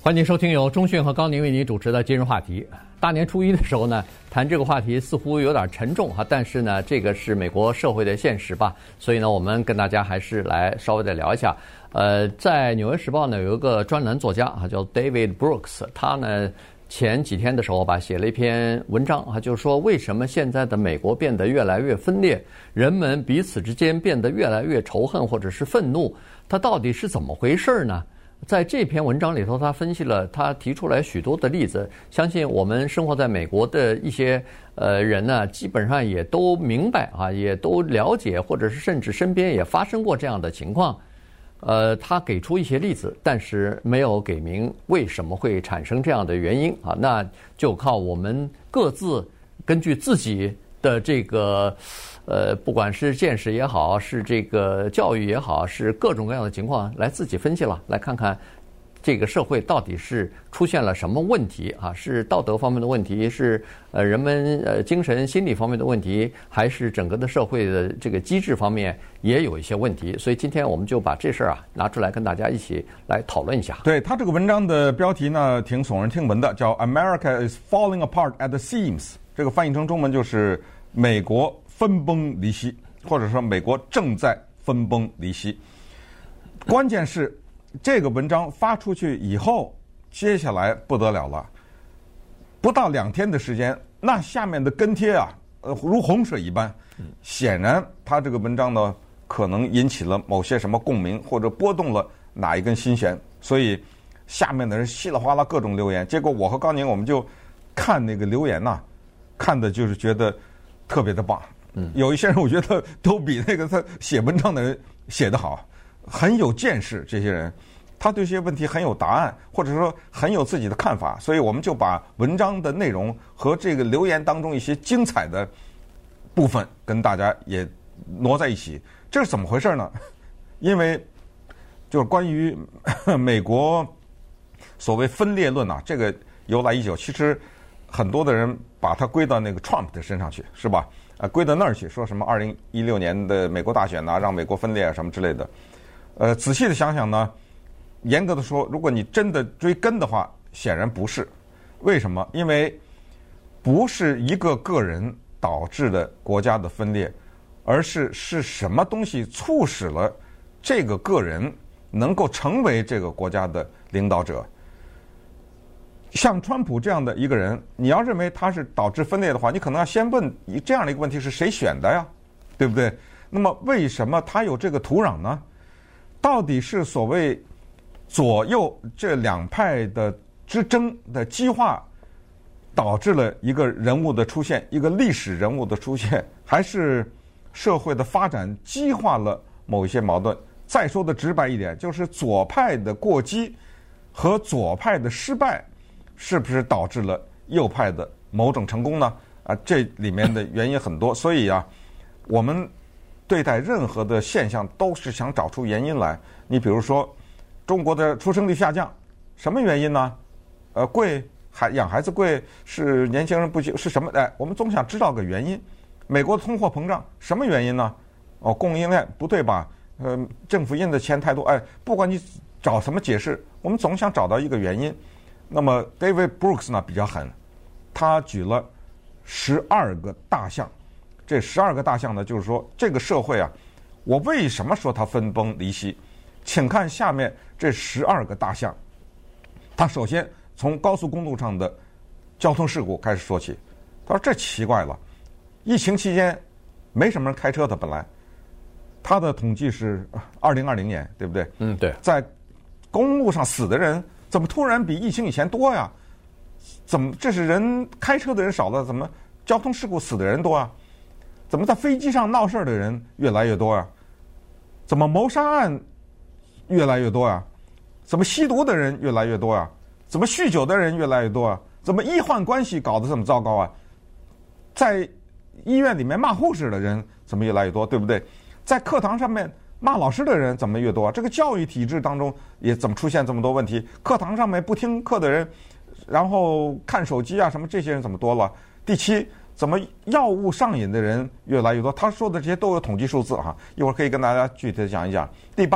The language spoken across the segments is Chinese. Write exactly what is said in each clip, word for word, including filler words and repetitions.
欢迎收听由钟讯和高宁为你主持的今日话题。大年初一的时候呢，谈这个话题似乎有点沉重哈，但是呢，这个是美国社会的现实吧，所以呢，我们跟大家还是来稍微的聊一下。呃，在《纽约时报》呢有一个专栏作家啊，叫 David Brooks， 他呢前几天的时候吧写了一篇文章啊，就是说为什么现在的美国变得越来越分裂，人们彼此之间变得越来越仇恨或者是愤怒，它到底是怎么回事呢？在这篇文章里头，他分析了，他提出来许多的例子，相信我们生活在美国的一些呃人呢，基本上也都明白啊，也都了解，或者是甚至身边也发生过这样的情况。呃，他给出一些例子，但是没有给明为什么会产生这样的原因啊，那就靠我们各自根据自己的这个呃，不管是见识也好，是这个教育也好，是各种各样的情况来自己分析了，来看看这个社会到底是出现了什么问题啊？是道德方面的问题，是呃人们呃精神心理方面的问题，还是整个的社会的这个机制方面也有一些问题？所以今天我们就把这事儿啊拿出来跟大家一起来讨论一下。 对，他这个文章的标题呢挺耸人听闻的，叫 America is falling apart at the seams， 这个翻译成中文就是美国分崩离析，或者说美国正在分崩离析。关键是这个文章发出去以后，接下来不得了了，不到两天的时间，那下面的跟帖啊，呃，如洪水一般。显然，他这个文章呢，可能引起了某些什么共鸣，或者拨动了哪一根心弦，所以下面的人稀里哗啦各种留言。结果我和高宁我们就看那个留言呐、啊，看的就是觉得特别的棒。嗯，有一些人我觉得都比那个他写文章的人写得好，很有见识。这些人，他对这些问题很有答案，或者说很有自己的看法。所以我们就把文章的内容和这个留言当中一些精彩的部分跟大家也挪在一起。这是怎么回事呢？因为就是关于美国所谓分裂论啊，这个由来已久。其实很多的人把它归到那个 Trump 的身上去，是吧？啊，归到那儿去，说什么二零一六年的美国大选呐、啊，让美国分裂啊什么之类的。呃，仔细的想想呢，严格的说，如果你真的追根的话，显然不是。为什么？因为不是一个个人导致的国家的分裂，而是是什么东西促使了这个个人能够成为这个国家的领导者。像川普这样的一个人，你要认为他是导致分裂的话，你可能要先问这样的一个问题：是谁选的呀？对不对？那么为什么他有这个土壤呢？到底是所谓左右这两派的之争的激化，导致了一个人物的出现，一个历史人物的出现，还是社会的发展激化了某一些矛盾？再说的直白一点，就是左派的过激和左派的失败，是不是导致了右派的某种成功呢？啊，这里面的原因很多，所以啊，我们对待任何的现象都是想找出原因来。你比如说，中国的出生率下降，什么原因呢？呃，贵孩养孩子贵，是年轻人不是什么？哎，我们总想知道个原因。美国的通货膨胀什么原因呢？哦，供应链不对吧？呃，政府印的钱太多，哎，不管你找什么解释，我们总想找到一个原因。那么 David Brooks 呢比较狠，他举了十二个大项。这十二个大项呢，就是说这个社会啊，我为什么说它分崩离析？请看下面这十二个大项。他首先从高速公路上的交通事故开始说起。他说这奇怪了，疫情期间没什么人开车的，本来他的统计是二零二零年，对不对？ 嗯，对， 在公路上死的人怎么突然比疫情以前多呀？怎么这是人开车的人少了？怎么交通事故死的人多啊？怎么在飞机上闹事儿的人越来越多啊？怎么谋杀案越来越多啊？怎么吸毒的人越来越多啊？怎么酗酒的人越来越多啊？怎么医患关系搞得这么糟糕啊？在医院里面骂护士的人怎么越来越多，对不对？在课堂上面骂老师的人怎么越多？这个教育体制当中也怎么出现这么多问题？课堂上面不听课的人，然后看手机啊什么，这些人怎么多了？第七，怎么药物上瘾的人越来越多？他说的这些都有统计数字哈，一会儿可以跟大家具体的讲一讲。第八，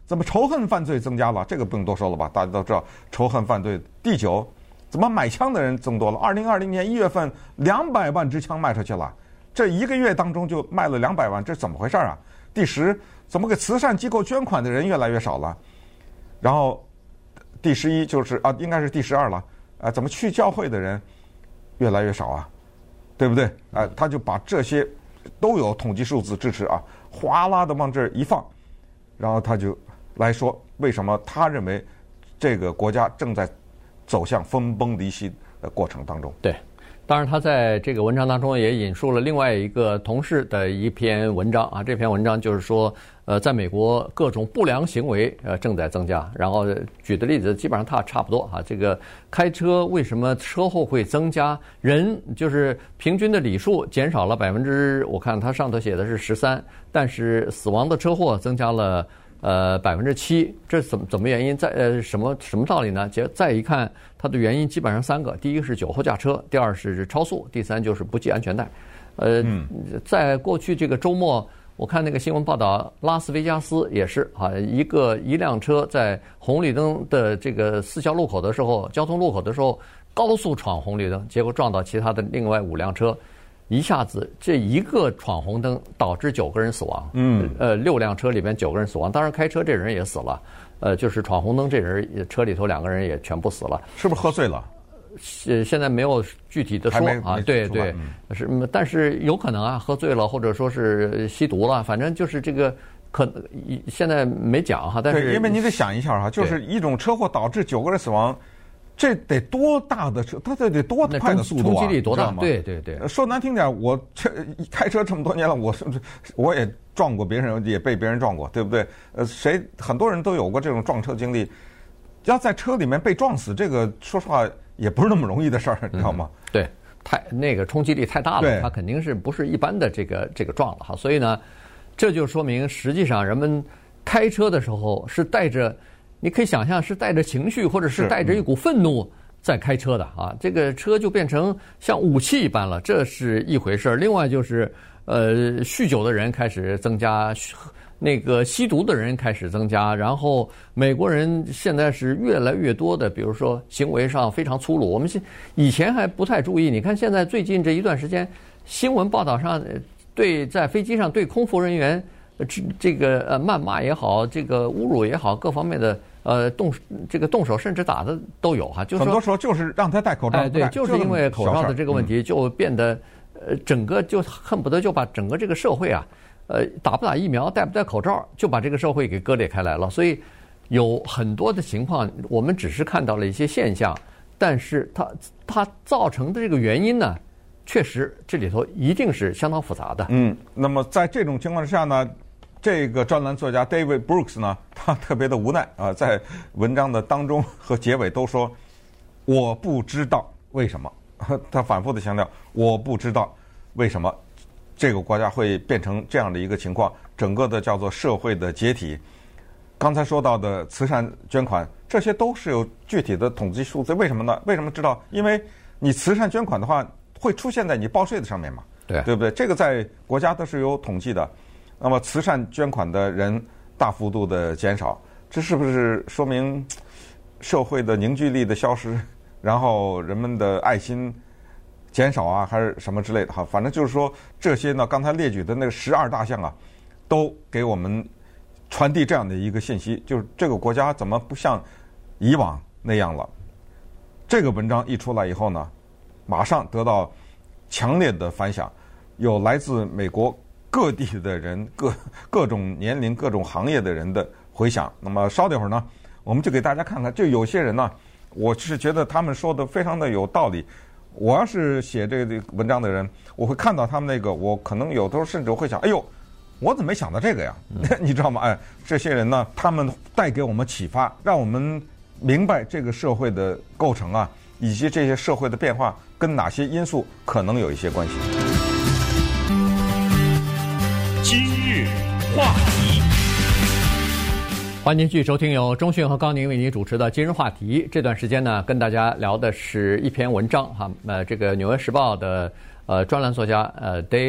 怎么仇恨犯罪增加了？这个不用多说了吧，大家都知道仇恨犯罪。第九，怎么买枪的人增多了？二零二零年一月份，两百万支枪卖出去了，这一个月当中就卖了两百万，这怎么回事啊？第十，怎么给慈善机构捐款的人越来越少了？然后第十一就是啊，应该是第十二了啊，怎么去教会的人越来越少啊？对不对？啊，他就把这些都有统计数字支持啊，哗啦的往这儿一放，然后他就来说为什么他认为这个国家正在走向分崩离析的过程当中。 对，当然他在这个文章当中也引述了另外一个同事的一篇文章啊，这篇文章就是说，呃，在美国各种不良行为呃正在增加，然后举的例子基本上他差不多啊。这个开车为什么车祸会增加？人就是平均的里数减少了百分之，我看他上头写的是十三，但是死亡的车祸增加了呃百分之七，这怎么怎么原因？在呃什么什么道理呢？结再一看，它的原因基本上三个：第一个是酒后驾车，第二是超速，第三就是不系安全带。呃，嗯、在过去这个周末。我看那个新闻报道，拉斯维加斯也是啊，一个一辆车在红绿灯的这个四交路口的时候，交通路口的时候高速闯红绿灯，结果撞到其他的另外五辆车，一下子这一个闯红灯导致九个人死亡。嗯，呃，六辆车里边九个人死亡，当然开车这人也死了，呃，就是闯红灯这人车里头两个人也全部死了。 是不是喝醉了？ 现现在没有具体的说啊，对对，是，但是有可能啊，喝醉了或者说是吸毒了，反正就是这个可能现在没讲哈。但是因为你得想一下哈，就是一种车祸导致九个人死亡，这得多大的车，它得得多快的速度啊， 冲击力多大？对对对。 说难听点，我这开车这么多年了，我甚至我也撞过别人，也被别人撞过，对不对？呃，谁很多人都有过这种撞车经历，要在车里面被撞死，这个说实话。也不是那么容易的事儿，你知道吗？ 嗯、对，太那个冲击力太大了，它肯定是不是一般的这个这个撞了哈。所以呢，这就说明实际上人们开车的时候是带着，你可以想象是带着情绪或者是带着一股愤怒在开车的啊。这个车就变成像武器一般了，这是一回事儿。另外就是呃，酗酒的人开始增加。那个吸毒的人开始增加，然后美国人现在是越来越多的，比如说行为上非常粗鲁。我们现以前还不太注意，你看现在最近这一段时间，新闻报道上对在飞机上对空服人员这这个呃谩骂也好，这个侮辱也好，各方面的呃动这个动手甚至打的都有哈。就是很多时候就是让他戴口罩， 哎，对，就是因为口罩的这个问题，就变得呃整个就恨不得就把整个这个社会啊。呃，打不打疫苗，戴不戴口罩，就把这个社会给割裂开来了。所以有很多的情况，我们只是看到了一些现象，但是它它造成的这个原因呢，确实这里头一定是相当复杂的。 嗯，那么在这种情况之下呢，这个专栏作家 David Brooks 呢，他特别的无奈啊，在文章的当中和结尾都说我不知道为什么，他反复的强调我不知道为什么。这个国家会变成这样的一个情况，整个的叫做社会的解体。刚才说到的慈善捐款，这些都是有具体的统计数字。为什么呢？为什么知道？因为你慈善捐款的话，会出现在你报税的上面嘛， 对对不对？这个在国家都是有统计的。那么慈善捐款的人大幅度的减少，这是不是说明社会的凝聚力的消失，然后人们的爱心减少啊，还是什么之类的哈？反正就是说这些呢，刚才列举的那个十二大项啊，都给我们传递这样的一个信息，就是这个国家怎么不像以往那样了？这个文章一出来以后呢，马上得到强烈的反响，有来自美国各地的人、各各种年龄、各种行业的人的回响。那么稍等会儿呢，我们就给大家看看，就有些人呢，我是觉得他们说的非常的有道理。我要是写这个文章的人，我会看到他们那个，我可能有的时候甚至会想，哎呦，我怎么没想到这个呀？你知道吗？哎，这些人呢，他们带给我们启发，让我们明白这个社会的构成啊，以及这些社会的变化跟哪些因素可能有一些关系。 今日话题。 欢迎继续收听由钟迅和高宁为您主持的今日话题。这段时间呢，跟大家聊的是一篇文章哈，呃，这个《纽约时报》的呃专栏作家呃 Dave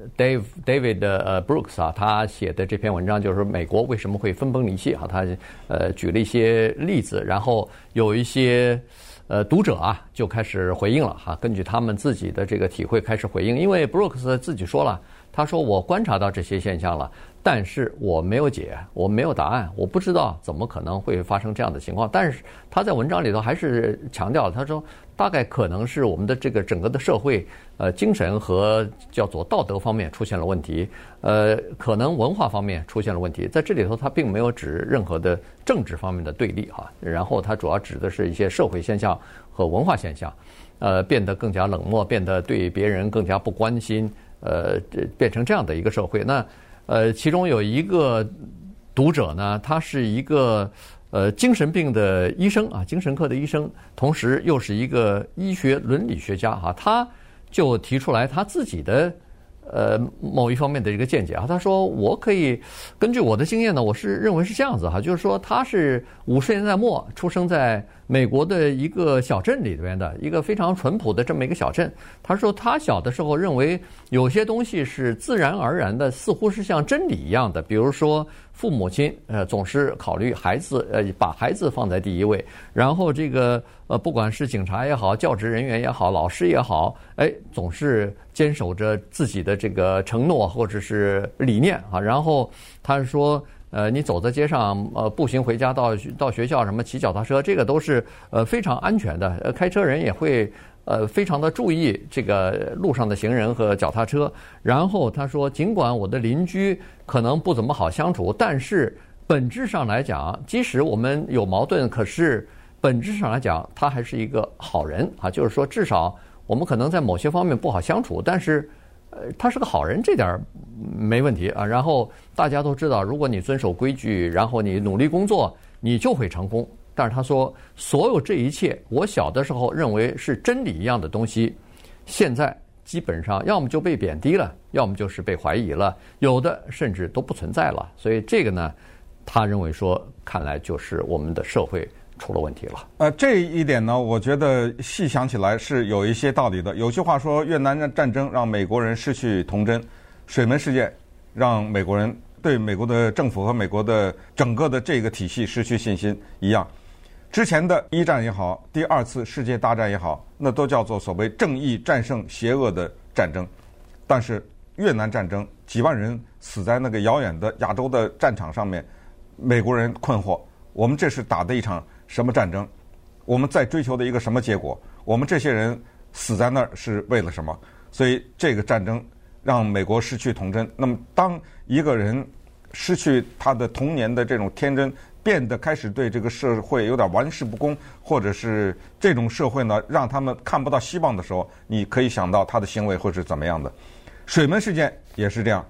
Dave David 呃 Brooks 啊，他写的这篇文章就是美国为什么会分崩离析啊，他呃举了一些例子，然后有一些呃读者啊就开始回应了哈，根据他们自己的这个体会开始回应，因为 Brooks 自己说了，他说我观察到这些现象了，但是我没有解，我没有答案，我不知道怎么可能会发生这样的情况。但是他在文章里头还是强调，他说大概可能是我们的这个整个的社会，呃，精神和叫做道德方面出现了问题，呃，可能文化方面出现了问题。在这里头，他并没有指任何的政治方面的对立哈，然后他主要指的是一些社会现象和文化现象，呃，变得更加冷漠，变得对别人更加不关心，呃，变成这样的一个社会。那呃，其中有一个读者呢，他是一个呃精神病的医生啊，精神科的医生，同时又是一个医学伦理学家哈，他就提出来他自己的呃某一方面的一个见解啊，他说我可以根据我的经验呢，我是认为是这样子哈，就是说他是五十年代末出生在美国的一个小镇里边的一个非常淳朴的这么一个小镇。他说他小的时候认为有些东西是自然而然的，似乎是像真理一样的，比如说父母亲呃总是考虑孩子，呃把孩子放在第一位，然后这个呃不管是警察也好，教职人员也好，老师也好，哎总是坚守着自己的这个承诺或者是理念啊。然后他说呃，你走在街上，呃，步行回家到到学校，什么骑脚踏车，这个都是呃非常安全的。呃，开车人也会呃非常的注意这个路上的行人和脚踏车。然后他说，尽管我的邻居可能不怎么好相处，但是本质上来讲，即使我们有矛盾，可是本质上来讲，他还是一个好人啊。就是说，至少我们可能在某些方面不好相处，但是呃，他是个好人，这点没问题啊。然后大家都知道，如果你遵守规矩，然后你努力工作，你就会成功。但是他说，所有这一切，我小的时候认为是真理一样的东西，现在基本上要么就被贬低了，要么就是被怀疑了，有的甚至都不存在了。所以这个呢，他认为说，看来就是我们的社会出了问题了。 呃，这一点呢，我觉得细想起来是有一些道理的。有句话说，越南战争让美国人失去童真，水门事件让美国人对美国的政府和美国的整个的这个体系失去信心一样。之前的一战也好，第二次世界大战也好，那都叫做所谓正义战胜邪恶的战争。但是越南战争几万人死在那个遥远的亚洲的战场上面，美国人困惑，我们这是打的一场什么战争？我们在追求的一个什么结果？我们这些人死在那儿是为了什么？所以这个战争让美国失去童真。那么当一个人失去他的童年的这种天真，变得开始对这个社会有点玩世不恭，或者是这种社会呢让他们看不到希望的时候，你可以想到他的行为会是怎么样的。水门事件也是这样，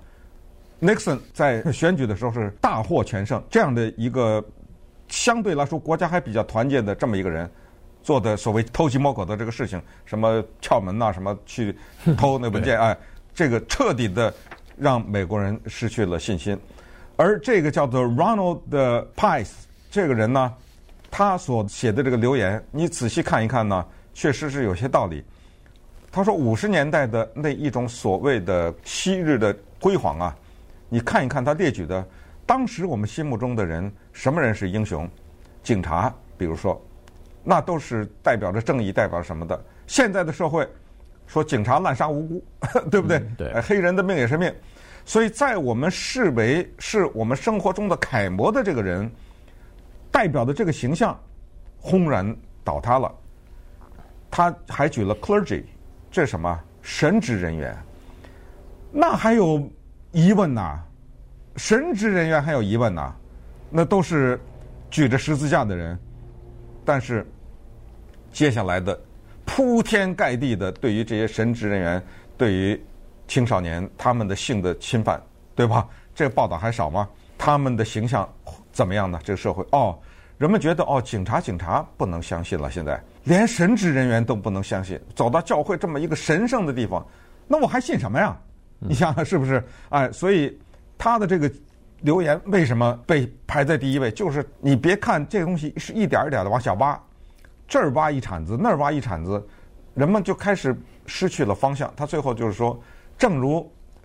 Nixon 在选举的时候是大获全胜，这样的一个相对来说国家还比较团结的这么一个人做的所谓偷鸡摸狗的这个事情，什么撬门呐、啊，什么去偷那文件，哎，这个彻底的让美国人失去了信心。而这个叫做 Ronald Pice 这个人呢，他所写的这个留言，你仔细看一看呢，确实是有些道理。他说五十年代的那一种所谓的昔日的辉煌啊，你看一看他列举的，当时我们心目中的人，什么人是英雄？警察，比如说，那都是代表着正义，代表什么的。现在的社会说警察滥杀无辜，对不对？ 嗯、对、 呃，黑人的命也是命。所以在我们视为是我们生活中的楷模的这个人，代表的这个形象，轰然倒塌了。他还举了 clergy， 这是什么？神职人员。那还有疑问呐？神职人员还有疑问呐？那都是举着十字架的人。但是接下来的铺天盖地的对于这些神职人员，对于青少年他们的性的侵犯，对吧？这个报道还少吗？他们的形象怎么样呢？这个社会哦，人们觉得哦，警察警察不能相信了，现在连神职人员都不能相信。走到教会这么一个神圣的地方，那我还信什么呀？你想想是不是？哎，所以他的这个留言为什么被排在第一位？就是你别看这个东西是一点一点的往下挖，这儿挖一铲子，那儿挖一铲子，人们就开始失去了方向。他最后就是说，正如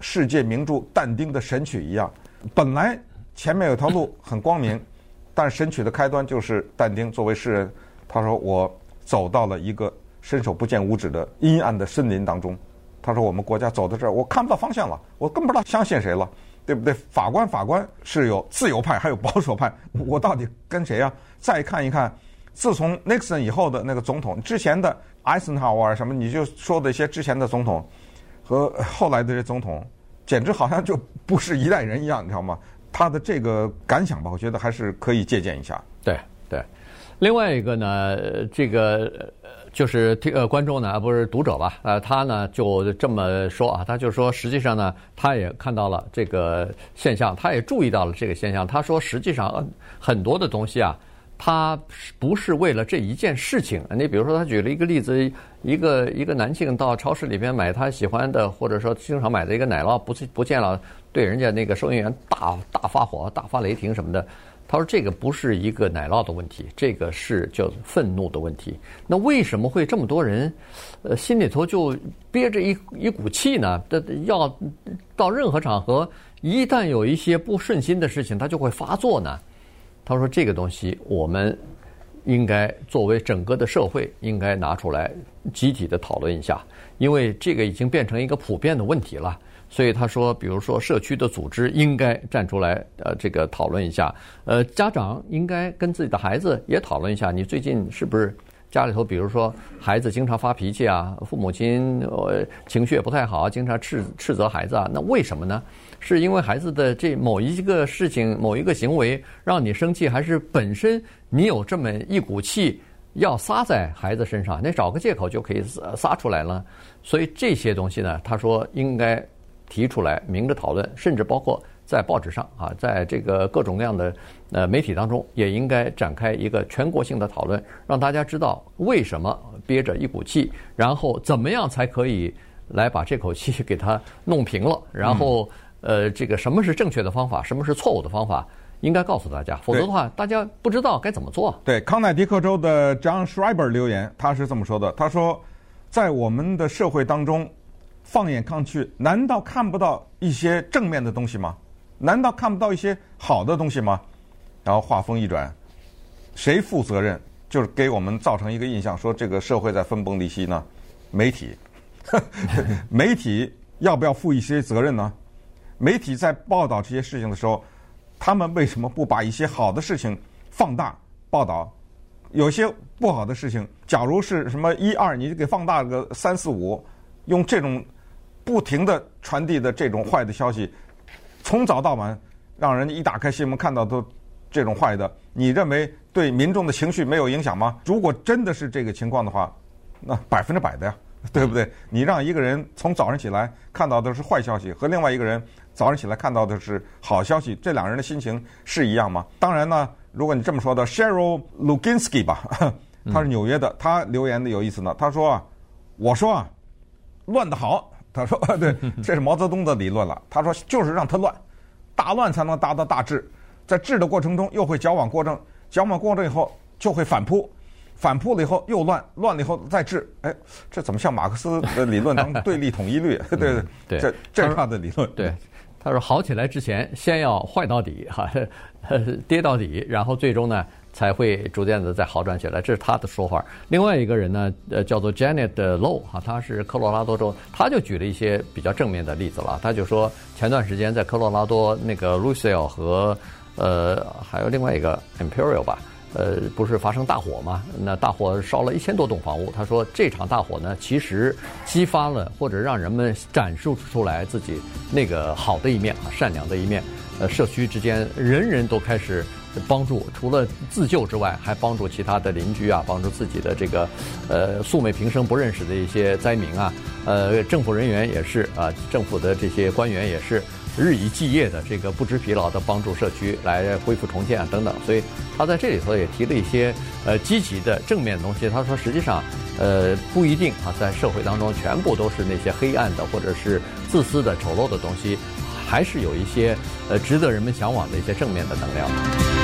世界名著但丁的《神曲》一样，本来前面有条路很光明，但是《神曲》的开端就是但丁作为诗人，他说我走到了一个伸手不见五指的阴暗的森林当中。他说我们国家走到这儿，我看不到方向了，我更不知道相信谁了，对不对？法官法官是有自由派还有保守派，我到底跟谁啊？再看一看，自从 Nixon 以后的那个总统，之前的 Eisenhower 什么，你就说的一些之前的总统和后来的这些总统，简直好像就不是一代人一样，你知道吗？他的这个感想吧，我觉得还是可以借鉴一下。 对对，另外一个呢，这个就是呃观众呢，不是读者吧？呃，他呢就这么说啊，他就说实际上呢，他也看到了这个现象，他也注意到了这个现象。他说实际上很多的东西啊，他不是为了这一件事情。你比如说，他举了一个例子，一个一个男性到超市里边买他喜欢的，或者说经常买的一个奶酪，不不见了，对人家那个收银员大大发火、大发雷霆什么的。他说这个不是一个奶酪的问题，这个是叫愤怒的问题。那为什么会这么多人，呃，心里头就憋着一一股气呢？这要到任何场合，一旦有一些不顺心的事情，他就会发作呢？他说这个东西我们应该作为整个的社会应该拿出来集体的讨论一下，因为这个已经变成一个普遍的问题了。所以他说，比如说社区的组织应该站出来，呃，这个讨论一下。呃，家长应该跟自己的孩子也讨论一下，你最近是不是家里头，比如说孩子经常发脾气啊，父母亲呃情绪也不太好，经常斥斥责孩子啊，那为什么呢？是因为孩子的这某一个事情、某一个行为让你生气，还是本身你有这么一股气要撒在孩子身上，那找个借口就可以撒出来了？所以这些东西呢，他说应该提出来明着讨论，甚至包括在报纸上啊，在这个各种各样的呃媒体当中，也应该展开一个全国性的讨论，让大家知道为什么憋着一股气，然后怎么样才可以来把这口气给它弄平了，然后呃，这个什么是正确的方法，什么是错误的方法，应该告诉大家，否则的话，大家不知道该怎么做。 对，康乃狄克州的 John Schreiber 留言，他是这么说的，他说，在我们的社会当中，放眼看去，难道看不到一些正面的东西吗？难道看不到一些好的东西吗？然后话锋一转，谁负责任？就是给我们造成一个印象，说这个社会在分崩离析呢？媒体，媒体要不要负一些责任呢？媒体在报道这些事情的时候，他们为什么不把一些好的事情放大报道？有些不好的事情，假如是什么一二，你就给放大个三四五。用这种不停的传递的这种坏的消息，从早到晚，让人一打开新闻看到都这种坏的，你认为对民众的情绪没有影响吗？如果真的是这个情况的话，那百分之百的呀，对不对？你让一个人从早上起来看到的是坏消息，和另外一个人早上起来看到的是好消息，这两人的心情是一样吗？当然呢，如果你这么说的 Cheryl Luginski 吧，他是纽约的，他留言的有意思呢，他说啊，我说啊。乱得好，他说对，这是毛泽东的理论了。他说就是让他乱，大乱才能达到大治，在治的过程中又会矫枉过正，矫枉过正以后就会反扑，反扑了以后又乱，乱了以后再治。哎，这怎么像马克思的理论当对立统一律？对对对， 这这是他的理论。 对，他说好起来之前先要坏到底哈，跌到底，然后最终呢才会逐渐的再好转起来，这是他的说法。另外一个人呢，呃，叫做 Janet Low 哈，他是科罗拉多州，他就举了一些比较正面的例子了。他就说，前段时间在科罗拉多那个 Lucille 和呃还有另外一个 Imperial 吧，呃，不是发生大火嘛？那大火烧了一千多栋房屋。他说这场大火呢，其实激发了或者让人们展示出来自己那个好的一面啊，善良的一面。呃，社区之间人人都开始帮助，除了自救之外，还帮助其他的邻居啊，帮助自己的这个呃素昧平生不认识的一些灾民啊，呃，政府人员也是啊，政府的这些官员也是日以继夜的这个不知疲劳的帮助社区来恢复重建啊等等。所以他在这里头也提了一些呃积极的正面的东西。他说实际上呃不一定啊，在社会当中全部都是那些黑暗的或者是自私的丑陋的东西，还是有一些呃值得人们向往的一些正面的能量。